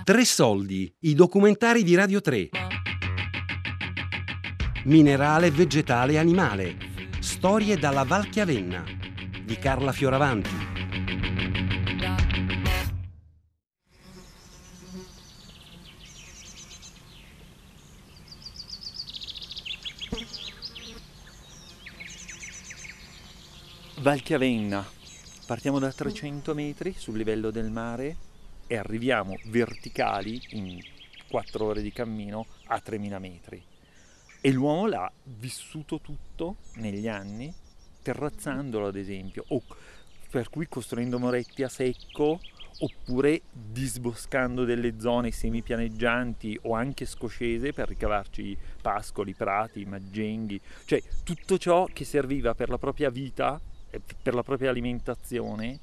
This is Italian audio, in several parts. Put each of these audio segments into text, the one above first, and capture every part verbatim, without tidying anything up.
Tre soldi, i documentari di Radio tre. Minerale, vegetale e animale. Storie dalla Val Chiavenna di Carla Fioravanti. Val Chiavenna. Partiamo da trecento metri sul livello del mare e arriviamo verticali in quattro ore di cammino a tremila metri. E l'uomo l'ha vissuto tutto negli anni, terrazzandolo ad esempio, o per cui costruendo moretti a secco, oppure disboscando delle zone semipianeggianti o anche scoscese per ricavarci pascoli, prati, maggenghi, cioè tutto ciò che serviva per la propria vita, per la propria alimentazione,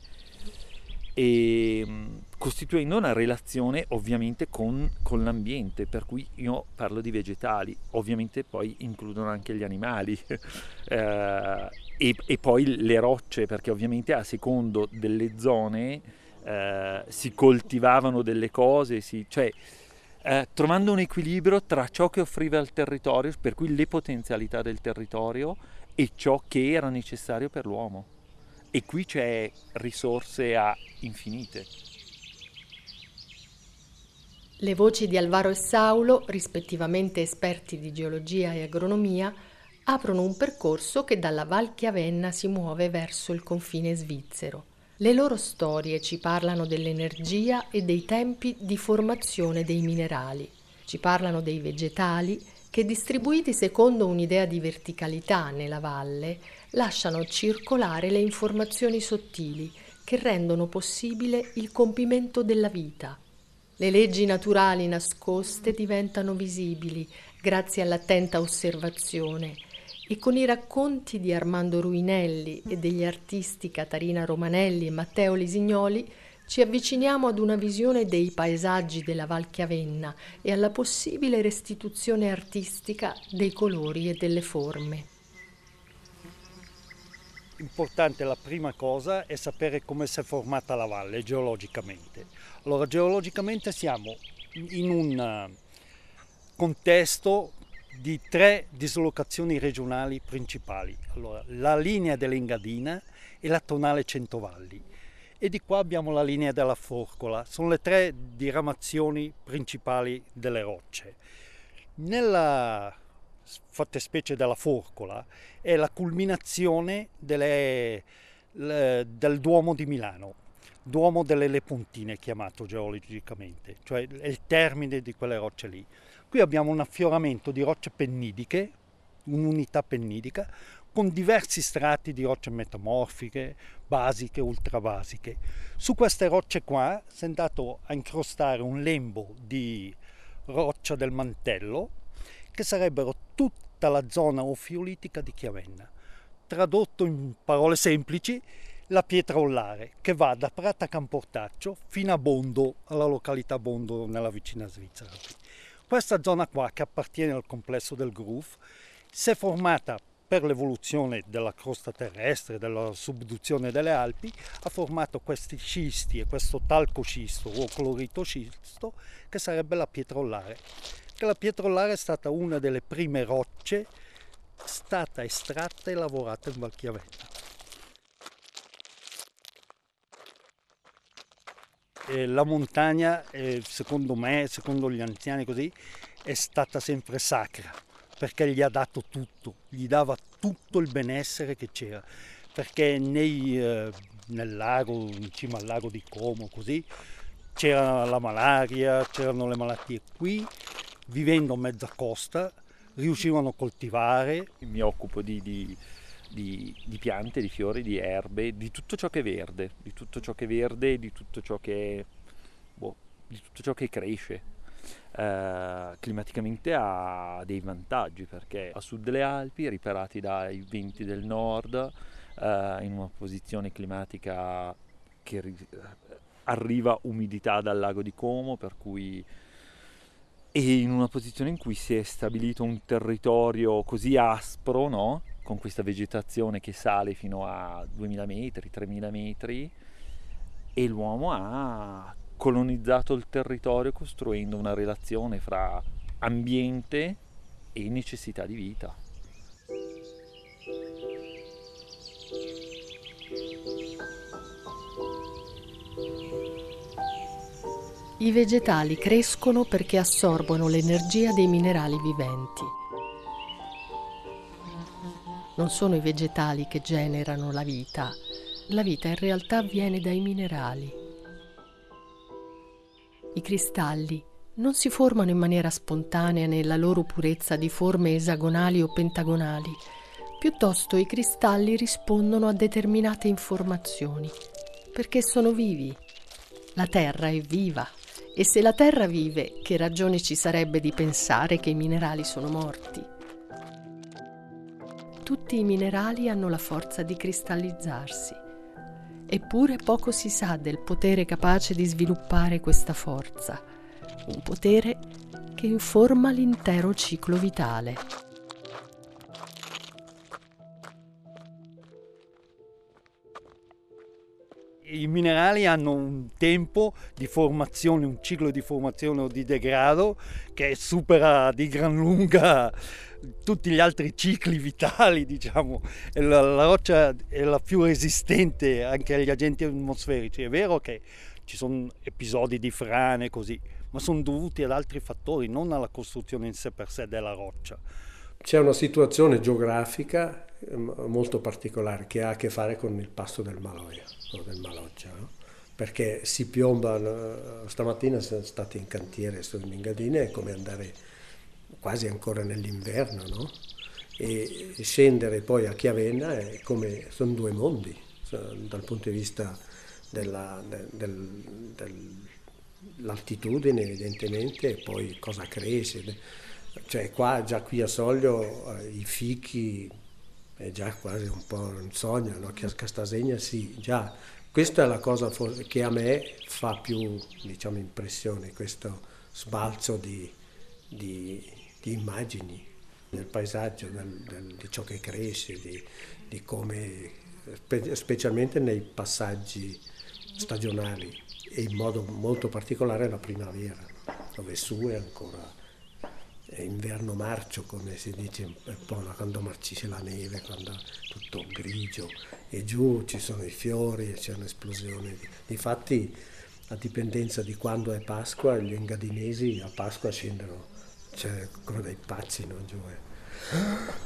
e costituendo una relazione ovviamente con, con l'ambiente, per cui io parlo di vegetali, ovviamente poi includono anche gli animali eh, e, e poi le rocce, perché ovviamente a secondo delle zone eh, si coltivavano delle cose, si, cioè eh, trovando un equilibrio tra ciò che offriva il territorio, per cui le potenzialità del territorio, e ciò che era necessario per l'uomo. E qui c'è risorse a infinite. Le voci di Alvaro e Saulo, rispettivamente esperti di geologia e agronomia, aprono un percorso che dalla Val Chiavenna si muove verso il confine svizzero. Le loro storie ci parlano dell'energia e dei tempi di formazione dei minerali. Ci parlano dei vegetali che, distribuiti secondo un'idea di verticalità nella valle, lasciano circolare le informazioni sottili che rendono possibile il compimento della vita. Le leggi naturali nascoste diventano visibili grazie all'attenta osservazione, e con i racconti di Armando Ruinelli e degli artisti Catarina Romanelli e Matteo Lisignoli ci avviciniamo ad una visione dei paesaggi della Val Chiavenna e alla possibile restituzione artistica dei colori e delle forme. Importante, la prima cosa è sapere come si è formata la valle geologicamente. Allora, geologicamente siamo in un contesto di tre dislocazioni regionali principali. Allora, la linea dell'Engadina e la tonale Centovalli. E di qua abbiamo la linea della Forcola. Sono le tre diramazioni principali delle rocce. Nella fattispecie della Forcola è la culminazione delle, le, del Duomo di Milano, Duomo delle Lepontine chiamato geologicamente, cioè è il termine di quelle rocce lì. Qui abbiamo un affioramento di rocce pennidiche, un'unità pennidica, con diversi strati di rocce metamorfiche, basiche, ultrabasiche. Su queste rocce qua si è andato a incrostare un lembo di roccia del mantello, che sarebbero tutta la zona ofiolitica di Chiavenna. Tradotto in parole semplici, la pietra ollare, che va da Prata Camportaccio fino a Bondo, alla località Bondo nella vicina Svizzera. Questa zona qua, che appartiene al complesso del Groove, si è formata per l'evoluzione della crosta terrestre, della subduzione delle Alpi, ha formato questi scisti e questo talco scisto o clorito scisto, che sarebbe la pietra ollare. Che la pietra ollare è stata una delle prime rocce stata estratta e lavorata in Val Chiavenna. E la montagna, eh, secondo me, secondo gli anziani così, è stata sempre sacra, perché gli ha dato tutto, gli dava tutto il benessere che c'era, perché nei, eh, nel lago, in cima al lago di Como, così, c'era la malaria, c'erano le malattie. Qui, vivendo a mezza costa, riuscivano a coltivare. Mi occupo di, di, di, di piante, di fiori, di erbe, di tutto ciò che è verde, di tutto ciò che è verde, di tutto ciò che, boh, di tutto ciò che cresce. Uh, climaticamente ha dei vantaggi, perché a sud delle Alpi, riparati dai venti del nord, uh, in una posizione climatica che ri- arriva umidità dal lago di Como, per cui e in una posizione in cui si è stabilito un territorio così aspro, no? Con questa vegetazione che sale fino a duemila metri, tremila metri, e l'uomo ha colonizzato il territorio costruendo una relazione fra ambiente e necessità di vita. I vegetali crescono perché assorbono l'energia dei minerali viventi. Non sono i vegetali che generano la vita. La vita in realtà viene dai minerali. I cristalli non si formano in maniera spontanea nella loro purezza di forme esagonali o pentagonali. Piuttosto i cristalli rispondono a determinate informazioni, perché sono vivi. La Terra è viva. E se la Terra vive, che ragione ci sarebbe di pensare che i minerali sono morti? Tutti i minerali hanno la forza di cristallizzarsi, eppure poco si sa del potere capace di sviluppare questa forza, un potere che informa l'intero ciclo vitale. I minerali hanno un tempo di formazione, un ciclo di formazione o di degrado che supera di gran lunga tutti gli altri cicli vitali, diciamo. La, la roccia è la più resistente anche agli agenti atmosferici. È vero che ci sono episodi di frane così, ma sono dovuti ad altri fattori, non alla costruzione in sé per sé della roccia. C'è una situazione geografica molto particolare che ha a che fare con il passo del Maloja o del Maloggia, no? Perché si piomba, stamattina siamo stati in cantiere sulle Mingadine, è come andare quasi ancora nell'inverno, no? E scendere poi a Chiavenna è come, sono due mondi dal punto di vista della, del, del, dell'altitudine evidentemente, e poi cosa cresce. Cioè qua, già qui a Soglio, eh, i fichi è già quasi un po' un sogno, no? Che a Castasegna sì, già. Questa è la cosa che a me fa più, diciamo, impressione, questo sbalzo di, di, di immagini del paesaggio, del, del, di ciò che cresce, di, di come, spe, specialmente nei passaggi stagionali e in modo molto particolare la primavera, no? Dove su è ancora è inverno marcio, come si dice un po', quando marcisce la neve, quando è tutto grigio, e giù ci sono i fiori e c'è un'esplosione. Difatti, a dipendenza di quando è Pasqua, gli engadinesi a Pasqua scendono, c'è come dei pazzi, no? Giù è.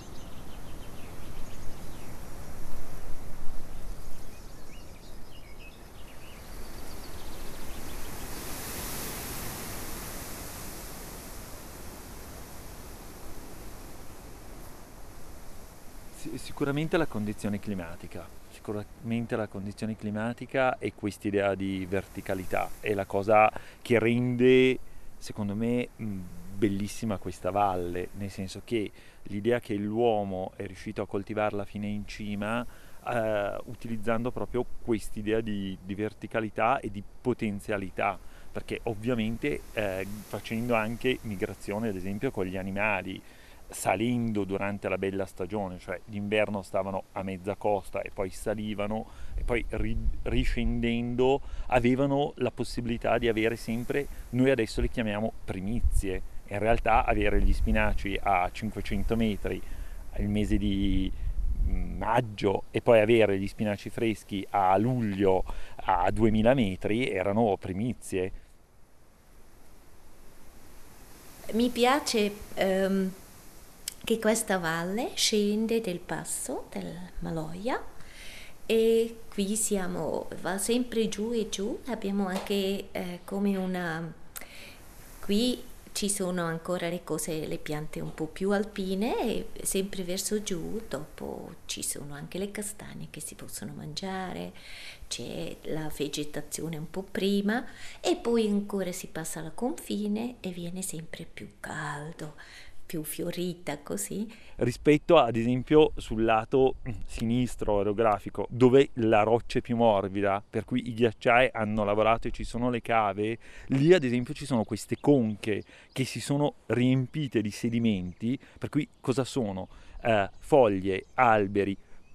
Sicuramente la condizione climatica, sicuramente la condizione climatica e quest'idea di verticalità è la cosa che rende, secondo me, bellissima questa valle, nel senso che l'idea che l'uomo è riuscito a coltivarla fino in cima eh, utilizzando proprio quest'idea di, di verticalità e di potenzialità, perché ovviamente eh, facendo anche migrazione, ad esempio, con gli animali, salendo durante la bella stagione, cioè d'inverno stavano a mezza costa e poi salivano e poi ri- riscendendo avevano la possibilità di avere sempre, noi adesso le chiamiamo primizie, in realtà avere gli spinaci a cinquecento metri il mese di maggio e poi avere gli spinaci freschi a luglio a duemila metri erano primizie. Mi piace um... che questa valle scende del passo del Maloja e qui siamo, va sempre giù e giù, abbiamo anche eh, come una, qui ci sono ancora le cose, le piante un po' più alpine e sempre verso giù dopo ci sono anche le castagne che si possono mangiare, c'è la vegetazione un po' prima e poi ancora si passa al confine e viene sempre più caldo, più fiorita così. Rispetto ad esempio sul lato sinistro orografico, dove la roccia è più morbida, per cui i ghiacciai hanno lavorato e ci sono le cave, lì ad esempio ci sono queste conche che si sono riempite di sedimenti, per cui cosa sono? Eh, foglie, alberi,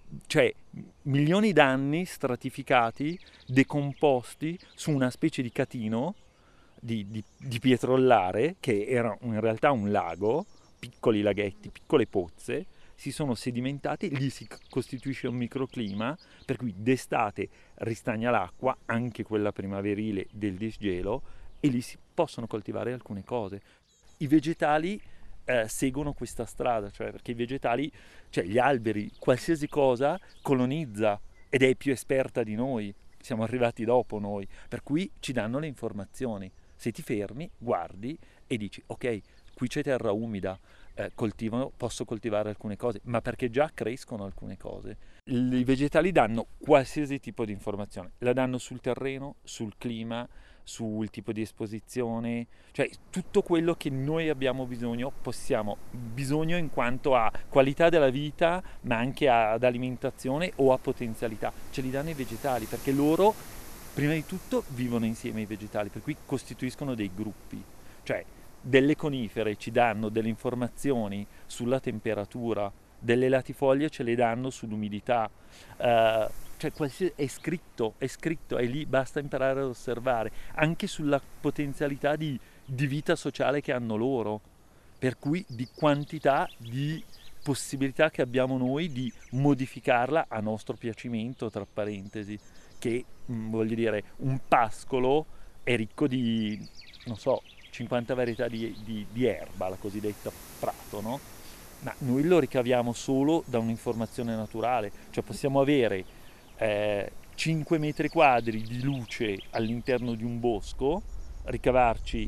cioè milioni d'anni stratificati, decomposti su una specie di catino di, di, di pietrollare, che era in realtà un lago, piccoli laghetti, piccole pozze, si sono sedimentati, lì si costituisce un microclima, per cui d'estate ristagna l'acqua, anche quella primaverile del disgelo, e lì si possono coltivare alcune cose. I vegetali eh, seguono questa strada, cioè perché i vegetali, cioè gli alberi, qualsiasi cosa colonizza ed è più esperta di noi, siamo arrivati dopo noi, per cui ci danno le informazioni. Se ti fermi, guardi e dici ok, qui c'è terra umida, eh, coltivano, posso coltivare alcune cose, ma perché già crescono alcune cose. I vegetali danno qualsiasi tipo di informazione, la danno sul terreno, sul clima, sul tipo di esposizione, cioè tutto quello che noi abbiamo bisogno, possiamo, bisogno in quanto a qualità della vita, ma anche ad alimentazione o a potenzialità, ce li danno i vegetali, perché loro prima di tutto vivono insieme ai vegetali, per cui costituiscono dei gruppi, cioè delle conifere ci danno delle informazioni sulla temperatura, delle latifoglie ce le danno sull'umidità, uh, cioè qualsiasi, è scritto, è scritto, è lì, basta imparare ad osservare, anche sulla potenzialità di, di vita sociale che hanno loro, per cui di quantità di possibilità che abbiamo noi di modificarla a nostro piacimento, tra parentesi, che mh, voglio dire, un pascolo è ricco di, non so, cinquanta varietà di, di, di erba, la cosiddetta prato, no? Ma noi lo ricaviamo solo da un'informazione naturale, cioè possiamo avere eh, cinque metri quadri di luce all'interno di un bosco, ricavarci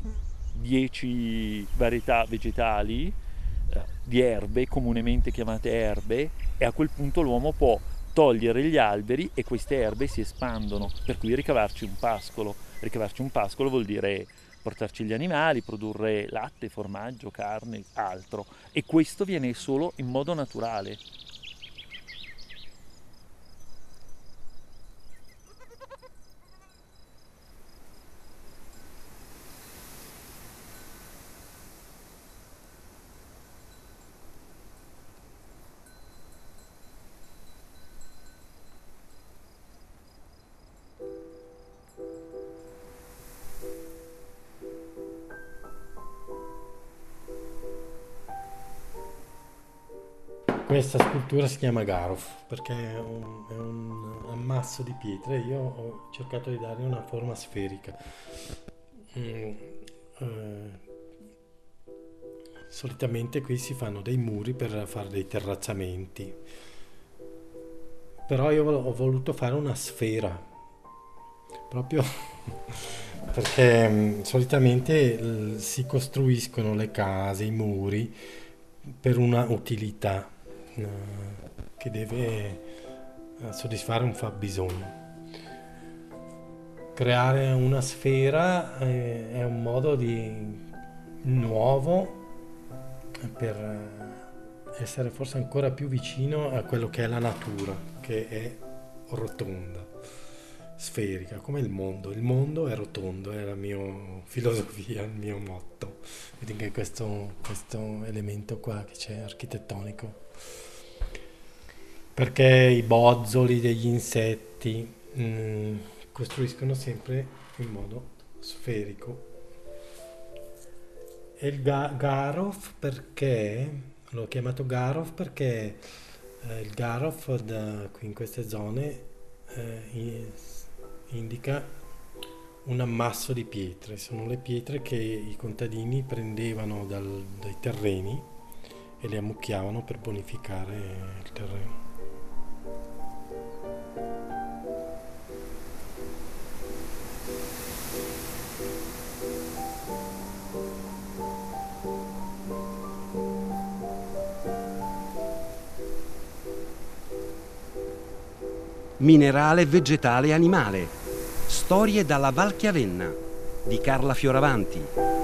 dieci varietà vegetali, eh, di erbe, comunemente chiamate erbe, e a quel punto l'uomo può togliere gli alberi e queste erbe si espandono, per cui ricavarci un pascolo. Ricavarci un pascolo vuol dire portarci gli animali, produrre latte, formaggio, carne, altro, e questo viene solo in modo naturale. Questa scultura si chiama Garov perché è un, è un ammasso di pietre. Io ho cercato di dargli una forma sferica. Mm, eh, solitamente qui si fanno dei muri per fare dei terrazzamenti, però io ho voluto fare una sfera proprio perché mm, solitamente l- si costruiscono le case, i muri per una utilità che deve soddisfare un fabbisogno. Creare una sfera è un modo di nuovo per essere forse ancora più vicino a quello che è la natura, che è rotonda, sferica, come il mondo. Il mondo è rotondo, è la mia filosofia, il mio motto. Vedi che questo, questo elemento qua che c'è architettonico, perché i bozzoli degli insetti mh, costruiscono sempre in modo sferico. E il ga- Garov perché l'ho chiamato Garov perché eh, il Garov da qui in queste zone eh, indica un ammasso di pietre. Sono le pietre che i contadini prendevano dal, dai terreni e le ammucchiavano per bonificare il terreno. Minerale, vegetale e animale. Storie dalla Val Chiavenna di Carla Fioravanti.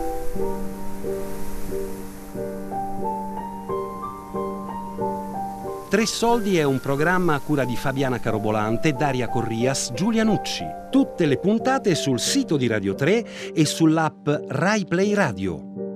Tre Soldi è un programma a cura di Fabiana Carobolante, Daria Corrias, Giulia Nucci. Tutte le puntate sul sito di Radio tre e sull'app Rai Play Radio.